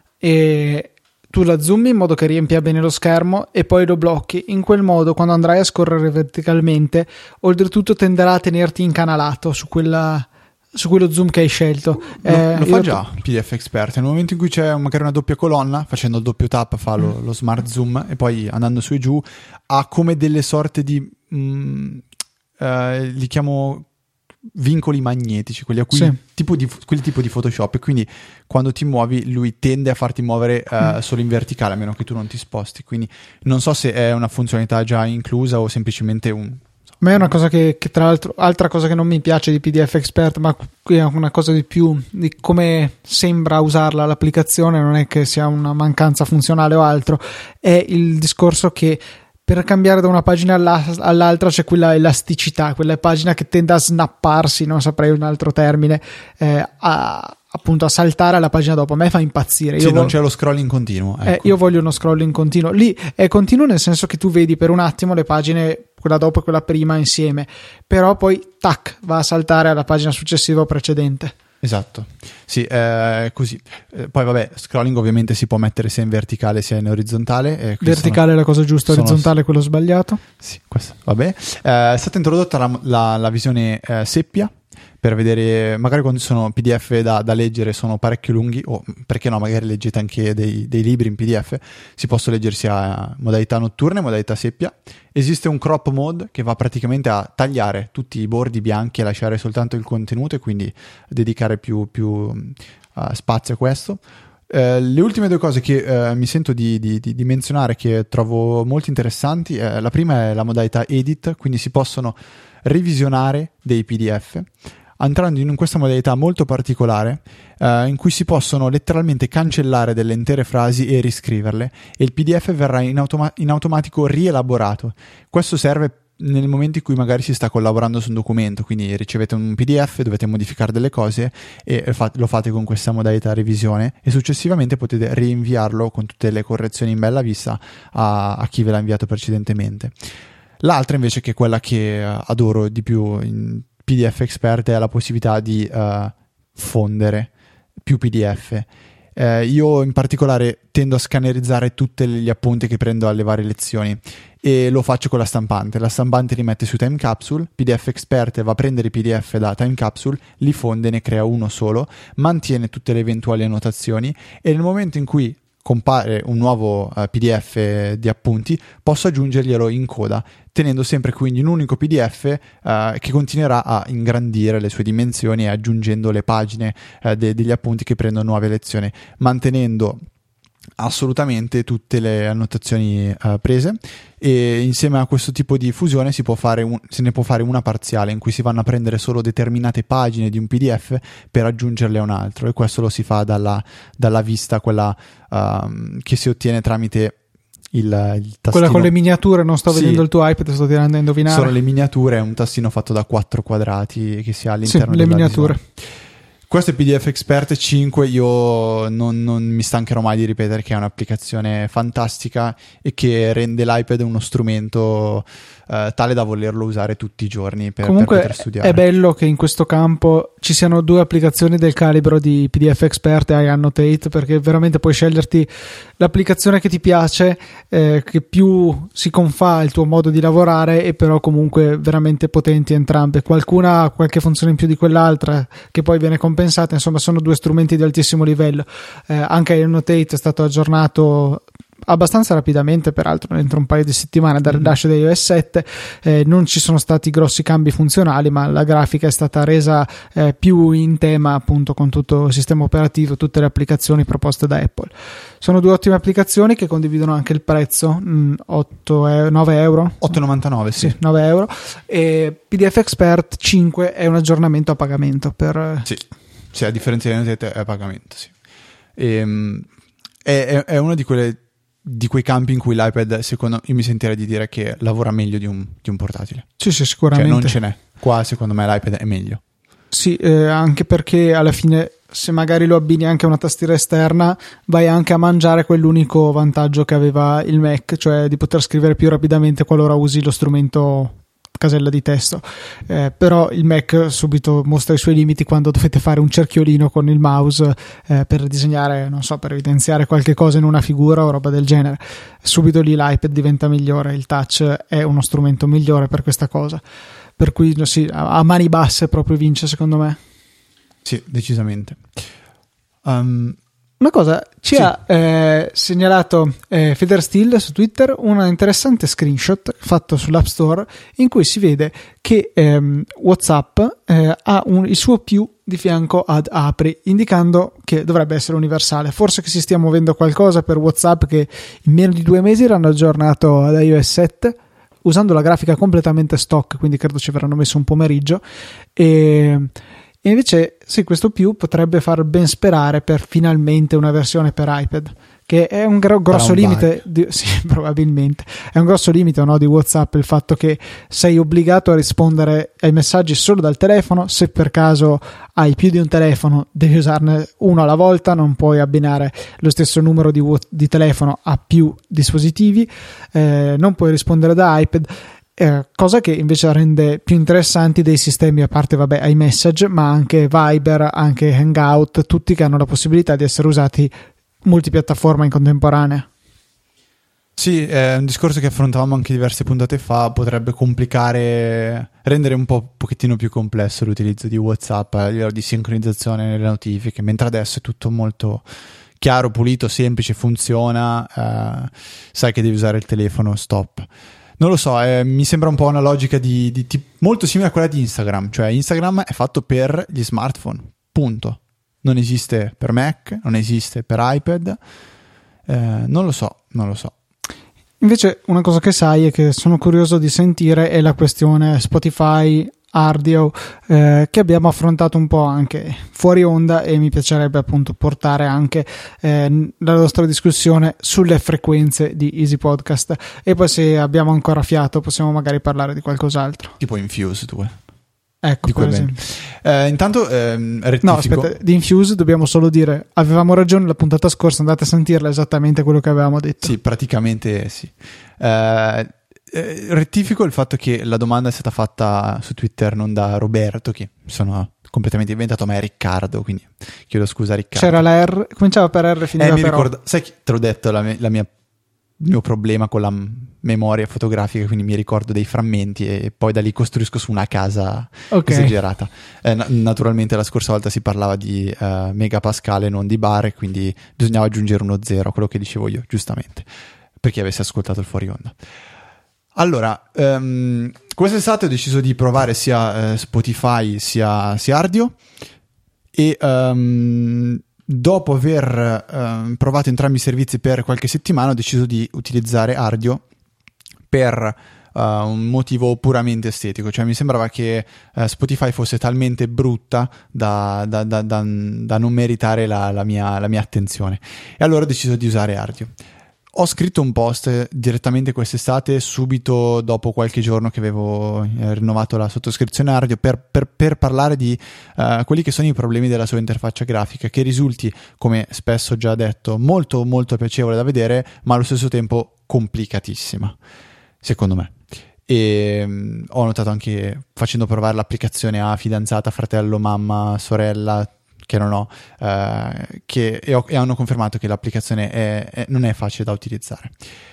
e tu la zoomi in modo che riempia bene lo schermo e poi lo blocchi. In quel modo, quando andrai a scorrere verticalmente, oltretutto tenderà a tenerti incanalato su quella su quello zoom che hai scelto. Lo, eh, lo fa io... già P D F Expert. Nel momento in cui c'è magari una doppia colonna, facendo il doppio tap fa lo, lo smart zoom e poi andando su e giù ha come delle sorte di mh, eh, li chiamo vincoli magnetici, quelli a cui sì. tipo di, quel tipo di Photoshop, e quindi quando ti muovi lui tende a farti muovere uh, mm. solo in verticale a meno che tu non ti sposti, quindi non so se è una funzionalità già inclusa o semplicemente un... A me è una cosa che, che tra l'altro, altra cosa che non mi piace di P D F Expert, ma qui è una cosa di più di come sembra usarla l'applicazione, non è che sia una mancanza funzionale o altro, è il discorso che per cambiare da una pagina all'altra c'è quella elasticità, quella pagina che tende a snapparsi, non saprei un altro termine, eh, a, appunto a saltare alla pagina dopo. A me fa impazzire. Sì, io non vo- c'è lo scrolling continuo. Ecco. Eh, io voglio uno scrolling continuo. Lì è continuo nel senso che tu vedi per un attimo le pagine, quella dopo e quella prima insieme, però poi tac, va a saltare alla pagina successiva o precedente. Esatto, sì, eh, così. Eh, poi vabbè, scrolling ovviamente si può mettere sia in verticale sia in orizzontale. Eh, verticale sono, è la cosa giusta, orizzontale è quello sbagliato. Sì, questo, vabbè. Eh, è stata introdotta la, la, la visione eh, seppia, per vedere, magari quando ci sono P D F da, da leggere sono parecchio lunghi, o perché no, magari leggete anche dei, dei libri in P D F, si possono leggere sia modalità notturna e modalità seppia. Esiste un crop mode che va praticamente a tagliare tutti i bordi bianchi e lasciare soltanto il contenuto, e quindi dedicare più, più uh, spazio a questo. Uh, le ultime due cose che uh, mi sento di, di, di, di menzionare, che trovo molto interessanti, uh, la prima è la modalità edit, quindi si possono revisionare dei P D F entrando in questa modalità molto particolare uh, in cui si possono letteralmente cancellare delle intere frasi e riscriverle, e il P D F verrà in, automa- in automatico rielaborato. Questo serve nel momento in cui magari si sta collaborando su un documento, quindi ricevete un P D F, dovete modificare delle cose e lo fate con questa modalità revisione e successivamente potete rinviarlo con tutte le correzioni in bella vista a, a chi ve l'ha inviato precedentemente. L'altra invece, che è quella che adoro di più in P D F Expert, è la possibilità di uh, fondere più P D F. Eh, io in particolare tendo a scannerizzare tutti gli appunti che prendo alle varie lezioni e lo faccio con la stampante. La stampante li mette su Time Capsule, P D F Expert va a prendere i P D F da Time Capsule, li fonde, ne crea uno solo, mantiene tutte le eventuali annotazioni e nel momento in cui compare un nuovo uh, P D F di appunti posso aggiungerglielo in coda, tenendo sempre quindi un unico P D F uh, che continuerà a ingrandire le sue dimensioni e aggiungendo le pagine uh, de- degli appunti che prendo nuove lezioni, mantenendo assolutamente tutte le annotazioni uh, prese. E insieme a questo tipo di fusione si può fare un, se ne può fare una parziale in cui si vanno a prendere solo determinate pagine di un P D F per aggiungerle a un altro, e questo lo si fa dalla, dalla vista, quella uh, che si ottiene tramite il, il tastino. Quella con le miniature, non sto sì, vedendo il tuo iPad, sto tirando a indovinare. Sono le miniature, è un tastino fatto da quattro quadrati che si ha all'interno sì, della le miniature. visuale. Questo è P D F Expert cinque, io non, non mi stancherò mai di ripetere che è un'applicazione fantastica e che rende l'iPad uno strumento eh, tale da volerlo usare tutti i giorni per, Comunque per poter studiare. È bello che in questo campo ci siano due applicazioni del calibro di P D F Expert e iAnnotate, perché veramente puoi sceglierti l'applicazione che ti piace, eh, che più si confà al tuo modo di lavorare, e però comunque veramente potenti entrambe. Qualcuna ha qualche funzione in più di quell'altra che poi viene compensata. Insomma, sono due strumenti di altissimo livello. Eh, anche iAnnotate è stato aggiornato abbastanza rapidamente, peraltro entro un paio di settimane dal rilascio di iOS sette. Eh, non ci sono stati grossi cambi funzionali, ma la grafica è stata resa eh, più in tema appunto con tutto il sistema operativo, tutte le applicazioni proposte da Apple. Sono due ottime applicazioni che condividono anche il prezzo, mh, otto, nove euro, otto virgola novantanove, sì. sì, nove euro. E P D F Expert cinque è un aggiornamento a pagamento per... Sì, sì, a differenza di iAnnotate è a pagamento, sì. E, è, è, è una di quelle di quei campi in cui l'iPad, secondo io mi sentirei di dire che lavora meglio di un, di un portatile. Sì, sì, sicuramente. Cioè non ce n'è. Qua secondo me l'iPad è meglio. Sì, eh, anche perché alla fine, se magari lo abbini anche a una tastiera esterna, vai anche a mangiare quell'unico vantaggio che aveva il Mac, cioè di poter scrivere più rapidamente qualora usi lo strumento casella di testo. Eh, però il Mac subito mostra i suoi limiti quando dovete fare un cerchiolino con il mouse eh, per disegnare, non so, per evidenziare qualche cosa in una figura o roba del genere. Subito lì l'iPad diventa migliore, il touch è uno strumento migliore per questa cosa, per cui sì, a mani basse proprio vince secondo me. Sì, decisamente. Um, Una cosa, ci sì. ha eh, segnalato eh, Feder Steel su Twitter un interessante screenshot fatto sull'App Store in cui si vede che ehm, WhatsApp eh, ha un, il suo più di fianco ad apri, indicando che dovrebbe essere universale. Forse che si stia muovendo qualcosa per WhatsApp, che in meno di due mesi l'hanno aggiornato ad iOS sette usando la grafica completamente stock, quindi credo ci avranno messo un pomeriggio. E E invece sì, questo più potrebbe far ben sperare per finalmente una versione per iPad, che è un gro- grosso un limite di, sì, probabilmente è un grosso limite, no, di WhatsApp, il fatto che sei obbligato a rispondere ai messaggi solo dal telefono. Se per caso hai più di un telefono devi usarne uno alla volta, non puoi abbinare lo stesso numero di, di telefono a più dispositivi, eh, non puoi rispondere da iPad. Eh, cosa che invece rende più interessanti dei sistemi, a parte vabbè iMessage, ma anche Viber, anche Hangout, tutti che hanno la possibilità di essere usati multipiattaforma in contemporanea. Sì, è un discorso che affrontavamo anche diverse puntate fa. Potrebbe complicare, rendere un po' un pochettino più complesso l'utilizzo di WhatsApp a livello di sincronizzazione nelle notifiche, mentre adesso è tutto molto chiaro, pulito, semplice, funziona, eh, sai che devi usare il telefono, stop. Non lo so, eh, mi sembra un po' una logica di, di, di molto simile a quella di Instagram, cioè Instagram è fatto per gli smartphone, punto. Non esiste per Mac, non esiste per iPad, eh, non lo so, non lo so. Invece una cosa che sai e che sono curioso di sentire è la questione Spotify Ardio, eh, che abbiamo affrontato un po' anche fuori onda, e mi piacerebbe appunto portare anche eh, la nostra discussione sulle frequenze di Easy Podcast, e poi se abbiamo ancora fiato possiamo magari parlare di qualcos'altro, tipo Infuse due. Ecco, per esempio. Eh, intanto ehm, rettifico. No, aspetta, di Infuse dobbiamo solo dire avevamo ragione la puntata scorsa, andate a sentirla, esattamente quello che avevamo detto. Sì, praticamente sì. Eh, eh, rettifico il fatto che la domanda è stata fatta su Twitter non da Roberto, che sono completamente inventato, ma è Riccardo, quindi chiedo scusa Riccardo. C'era la R, cominciava per R, finiva eh, mi per ricordo, O. sai che te l'ho detto, la, mia, la mia il mio problema con la memoria fotografica, quindi mi ricordo dei frammenti e poi da lì costruisco su una casa okay. esagerata. Eh, na- naturalmente la scorsa volta si parlava di uh, megapascal e non di bar, quindi bisognava aggiungere uno zero a quello che dicevo io, giustamente, per chi avesse ascoltato il fuori onda. Allora, um, quest'estate ho deciso di provare sia uh, Spotify sia, sia Ardio, e um, dopo aver uh, provato entrambi i servizi per qualche settimana ho deciso di utilizzare Ardio per uh, un motivo puramente estetico, cioè mi sembrava che uh, Spotify fosse talmente brutta da, da, da, da, da non meritare la, la, mia, la mia attenzione, e allora ho deciso di usare Ardio. Ho scritto un post direttamente quest'estate, subito dopo qualche giorno che avevo eh, rinnovato la sottoscrizione Ardio, per, per, per parlare di uh, quelli che sono i problemi della sua interfaccia grafica, che risulti, come spesso ho già detto, molto molto piacevole da vedere, ma allo stesso tempo complicatissima, secondo me. E um, ho notato anche, facendo provare l'applicazione a fidanzata, fratello, mamma, sorella, che non ho, eh, che, e, ho, e hanno confermato che l'applicazione è, è, non è facile da utilizzare.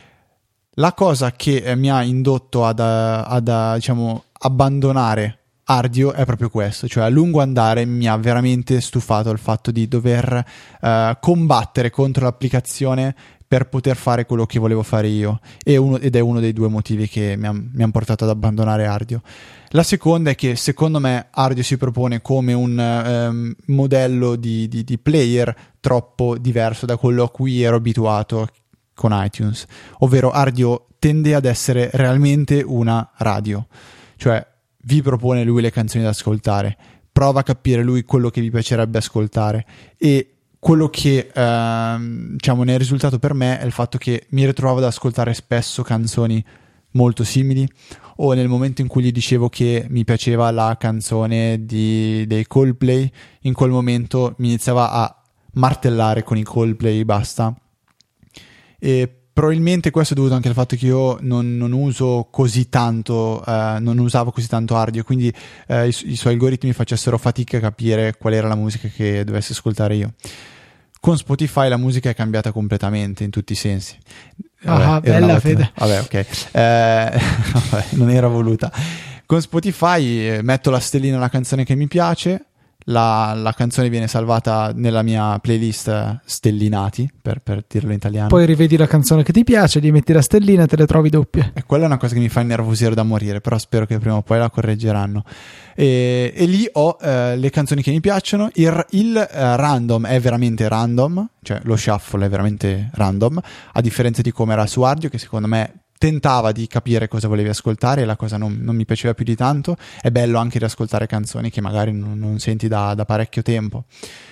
La cosa che eh, mi ha indotto ad, ad, ad diciamo, abbandonare Ardio è proprio questo, cioè a lungo andare mi ha veramente stufato il fatto di dover eh, combattere contro l'applicazione per poter fare quello che volevo fare io, e uno, ed è uno dei due motivi che mi hanno han portato ad abbandonare Ardio. La seconda è che secondo me Ardio si propone come un um, modello di, di, di player troppo diverso da quello a cui ero abituato con iTunes, ovvero Ardio tende ad essere realmente una radio, cioè vi propone lui le canzoni da ascoltare, prova a capire lui quello che vi piacerebbe ascoltare, e quello che ehm, diciamo ne è risultato per me è il fatto che mi ritrovavo ad ascoltare spesso canzoni molto simili, o nel momento in cui gli dicevo che mi piaceva la canzone di, dei Coldplay, in quel momento mi iniziava a martellare con i Coldplay, basta. E probabilmente questo è dovuto anche al fatto che io non, non uso così tanto, eh, non usavo così tanto Ardio, quindi eh, i, i suoi algoritmi facessero fatica a capire qual era la musica che dovessi ascoltare io. Con Spotify la musica è cambiata completamente in tutti i sensi. Vabbè, ah, bella fede. Vabbè, ok. Eh, vabbè, non era voluta. Con Spotify eh, metto la stellina alla canzone che mi piace, la, la canzone viene salvata nella mia playlist stellinati, per, per dirlo in italiano. Poi rivedi la canzone che ti piace, gli metti la stellina e te le trovi doppie. E quella è una cosa che mi fa innervosire da morire, però spero che prima o poi la correggeranno. E, e lì ho eh, le canzoni che mi piacciono, il, il eh, random è veramente random, cioè lo shuffle è veramente random, a differenza di come era su Ardio, che secondo me tentava di capire cosa volevi ascoltare, e la cosa non, non mi piaceva più di tanto. È bello anche riascoltare canzoni che magari non, non senti da, da parecchio tempo,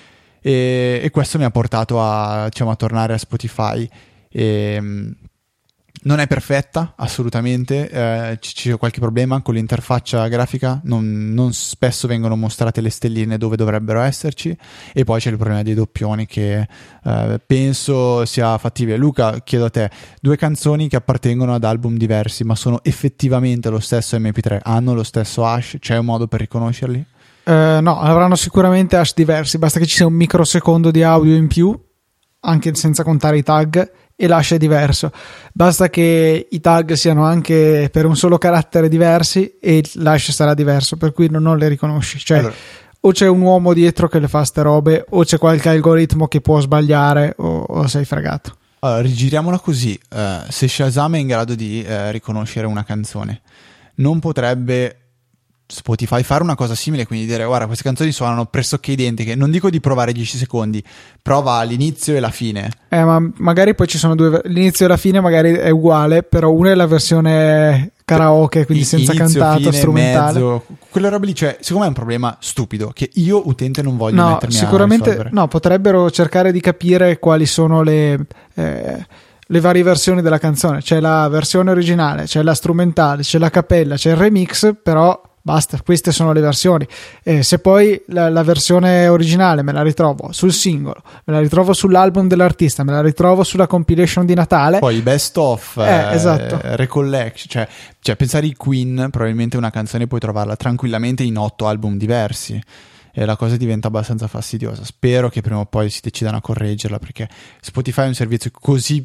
e, e questo mi ha portato a, diciamo, a tornare a Spotify. E, non è perfetta assolutamente, eh, c- c'è qualche problema con l'interfaccia grafica, non, non spesso vengono mostrate le stelline dove dovrebbero esserci, e poi c'è il problema dei doppioni che eh, penso sia fattibile. Luca, chiedo a te, due canzoni che appartengono ad album diversi ma sono effettivamente lo stesso emme pi tre, hanno lo stesso hash, c'è un modo per riconoscerli? Uh, no, avranno sicuramente hash diversi, basta che ci sia un microsecondo di audio in più, anche senza contare i tag, e l'hash è diverso. Basta che i tag siano anche per un solo carattere diversi e l'hash sarà diverso, per cui non, non le riconosci. Cioè, allora, o c'è un uomo dietro che le fa ste robe, o c'è qualche algoritmo che può sbagliare, o, o sei fregato. Allora, rigiriamola così. Uh, se Shazam è in grado di uh, riconoscere una canzone, non potrebbe Spotify fare una cosa simile, quindi dire guarda, queste canzoni suonano pressoché identiche, non dico di provare dieci secondi, prova l'inizio e la fine, eh ma magari poi ci sono due, l'inizio e la fine magari è uguale, però una è la versione karaoke, quindi senza inizio, cantato, fine, strumentale. Mezzo, quelle robe lì, cioè, secondo me è un problema stupido che io utente non voglio No, mettermi sicuramente a risolvere. no, potrebbero cercare di capire quali sono le eh, le varie versioni della canzone. C'è la versione originale, c'è la strumentale, c'è la cappella, c'è il remix, però basta, queste sono le versioni. Eh, se poi la, la versione originale me la ritrovo sul singolo, me la ritrovo sull'album dell'artista, me la ritrovo sulla compilation di Natale, poi i best of, eh, eh, esatto. recollection, cioè, cioè pensare ai Queen, probabilmente una canzone puoi trovarla tranquillamente in otto album diversi e la cosa diventa abbastanza fastidiosa. Spero che prima o poi si decidano a correggerla, perché Spotify è un servizio così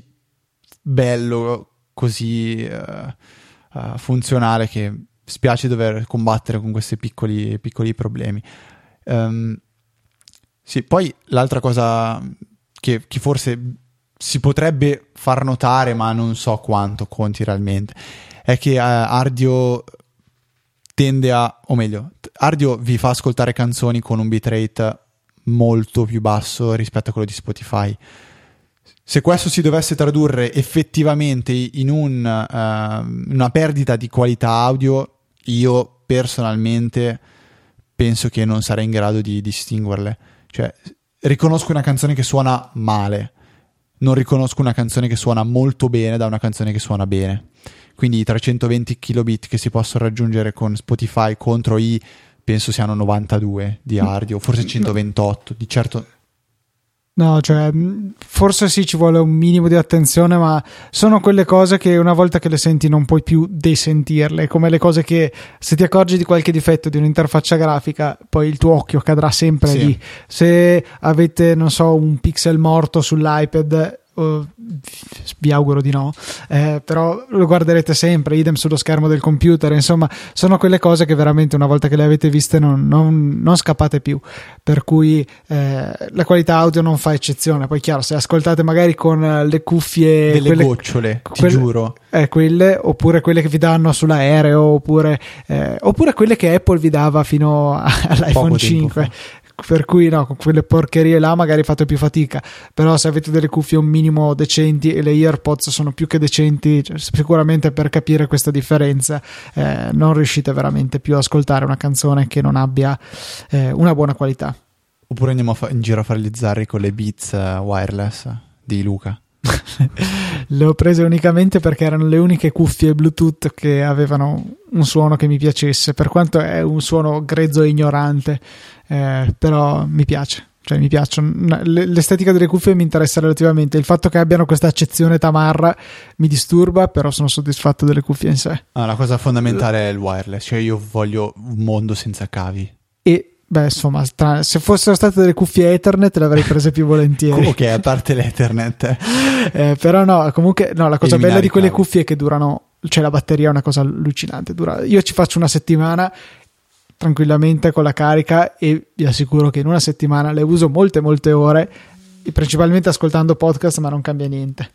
bello, così uh, uh, funzionale, che spiace dover combattere con questi piccoli, piccoli problemi. Um, sì, poi l'altra cosa che, che forse si potrebbe far notare, ma non so quanto conti realmente, è che uh, Ardio tende a, o meglio, Ardio vi fa ascoltare canzoni con un bitrate molto più basso rispetto a quello di Spotify. Se questo si dovesse tradurre effettivamente in un, uh, una perdita di qualità audio, io personalmente penso che non sarei in grado di distinguerle. Cioè, riconosco una canzone che suona male, non riconosco una canzone che suona molto bene da una canzone che suona bene. Quindi i trecentoventi kilobit che si possono raggiungere con Spotify contro i, penso siano novantadue di Ardio, forse centoventotto, di certo. No, cioè, forse sì, ci vuole un minimo di attenzione, ma sono quelle cose che una volta che le senti non puoi più desentirle, come le cose che se ti accorgi di qualche difetto di un'interfaccia grafica, poi il tuo occhio cadrà sempre Sì. lì. Se avete, non so, un pixel morto sull'iPad, uh, vi auguro di no, eh, però lo guarderete sempre, idem sullo schermo del computer. Insomma, sono quelle cose che veramente una volta che le avete viste non, non, non scappate più, per cui eh, la qualità audio non fa eccezione. Poi chiaro, se ascoltate magari con le cuffie Delle quelle, gocciole, ti quelle, giuro eh, quelle, oppure quelle che vi danno sull'aereo, oppure, eh, oppure quelle che Apple vi dava fino all'iPhone cinque, per cui no, con quelle porcherie là magari fate più fatica, però se avete delle cuffie un minimo decenti, e le AirPods sono più che decenti, cioè, sicuramente per capire questa differenza eh, non riuscite veramente più ad ascoltare una canzone che non abbia eh, una buona qualità. Oppure andiamo a fa- in giro a fare gli zarri con le Beats uh, wireless di Luca. Le ho prese unicamente perché erano le uniche cuffie Bluetooth che avevano un suono che mi piacesse, per quanto è un suono grezzo e ignorante, eh, però mi piace, cioè mi piacciono. L'estetica delle cuffie mi interessa relativamente, il fatto che abbiano questa accezione tamarra mi disturba, però sono soddisfatto delle cuffie in sé. Ah, la cosa fondamentale è il wireless, cioè io voglio un mondo senza cavi. E beh, insomma, tra, se fossero state delle cuffie Ethernet le avrei prese più volentieri. Ok, a parte l'Ethernet. eh, però no, comunque no, la cosa Eliminare bella di quelle i cavi. cuffie è che durano, cioè la batteria è una cosa allucinante. Dura, io ci faccio una settimana tranquillamente con la carica e vi assicuro che in una settimana le uso molte molte ore, principalmente ascoltando podcast, ma non cambia niente.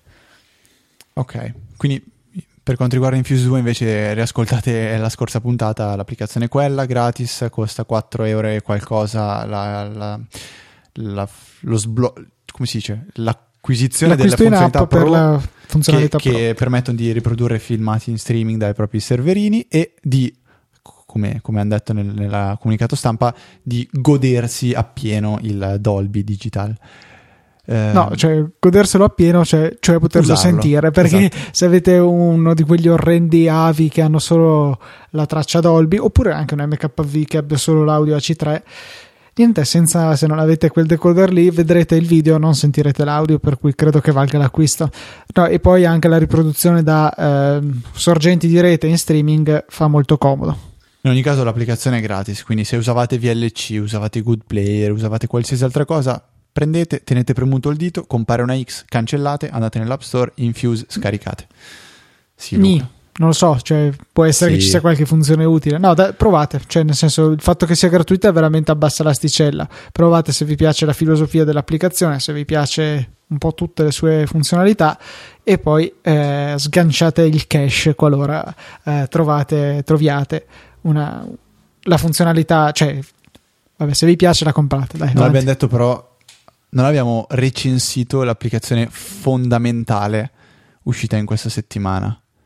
Ok, quindi per quanto riguarda Infuse due invece riascoltate la scorsa puntata, l'applicazione è quella, gratis, costa quattro euro e qualcosa la, la, la, lo sblo- come si dice? L'acquisizione delle L'acquisto in funzionalità app per pro la funzionalità che, pro. che permettono di riprodurre filmati in streaming dai propri serverini e di, come, come hanno detto nel, nel comunicato stampa, di godersi appieno il Dolby Digital. No, cioè goderselo appieno, cioè, cioè poterlo Usarlo, sentire, perché esatto. se avete uno di quegli orrendi A V I che hanno solo la traccia Dolby, oppure anche un M K V che abbia solo l'audio A C tre, niente, senza, se non avete quel decoder lì vedrete il video, non sentirete l'audio, per cui credo che valga l'acquisto. No, e poi anche la riproduzione da eh, sorgenti di rete in streaming fa molto comodo. In ogni caso l'applicazione è gratis, quindi se usavate V L C, usavate Good Player, usavate qualsiasi altra cosa, prendete, tenete premuto il dito, compare una X, cancellate, andate nell'App Store, Infuse, scaricate. Sì, Ni, Luca. non lo so, cioè può essere Sì. che ci sia qualche funzione utile. No, da, provate, cioè nel senso, il fatto che sia gratuita veramente abbassa l'asticella. Provate se vi piace la filosofia dell'applicazione, se vi piace un po' tutte le sue funzionalità, e poi eh, sganciate il cache qualora eh, trovate, troviate una, la funzionalità, cioè vabbè, se vi piace la comprate, dai. Non avanti. abbiamo detto però, non abbiamo recensito l'applicazione fondamentale uscita in questa settimana.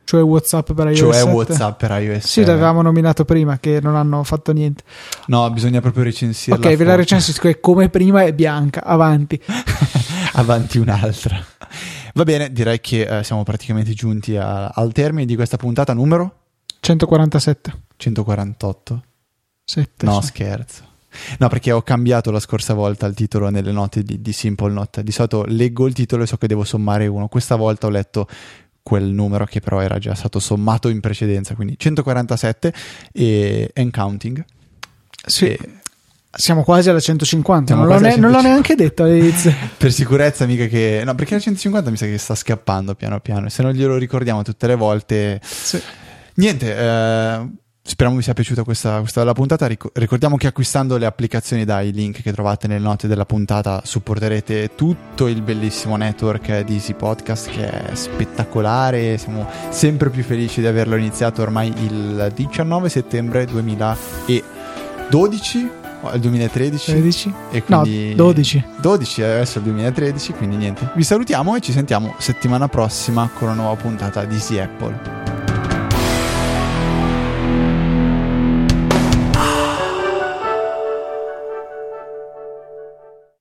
Cioè WhatsApp per iOS Cioè sette. WhatsApp per iOS Sì, l'avevamo nominato prima che non hanno fatto niente. No, bisogna proprio recensirla. Ok, ve la recensisco, è come prima è bianca, avanti. Avanti un'altra. Va bene, direi che eh, siamo praticamente giunti a, al termine di questa puntata numero centoquarantasette. centoquarantotto. sette, No, sì. scherzo. No, perché ho cambiato la scorsa volta il titolo nelle note di, di Simple Note. Di solito leggo il titolo e so che devo sommare uno. Questa volta ho letto quel numero che però era già stato sommato in precedenza, quindi centoquarantasette e and counting. Sì. E siamo quasi alla centocinquanta. Siamo Non l'ho, quasi ne- alla non l'ho neanche detto all'inizio. per sicurezza, mica che... No, perché la centocinquanta mi sa che sta scappando piano piano. Se non glielo ricordiamo tutte le volte... Sì. Niente, eh, speriamo vi sia piaciuta questa, questa la puntata. Ric- ricordiamo che acquistando le applicazioni dai link che trovate nelle note della puntata supporterete tutto il bellissimo network di Easy Podcast, che è spettacolare. Siamo sempre più felici di averlo iniziato ormai il diciannove settembre duemiladodici o il duemilatredici tredici? e quindi No, dodici. dodici adesso è il duemilatredici, quindi niente, vi salutiamo e ci sentiamo settimana prossima con una nuova puntata di Easy Apple.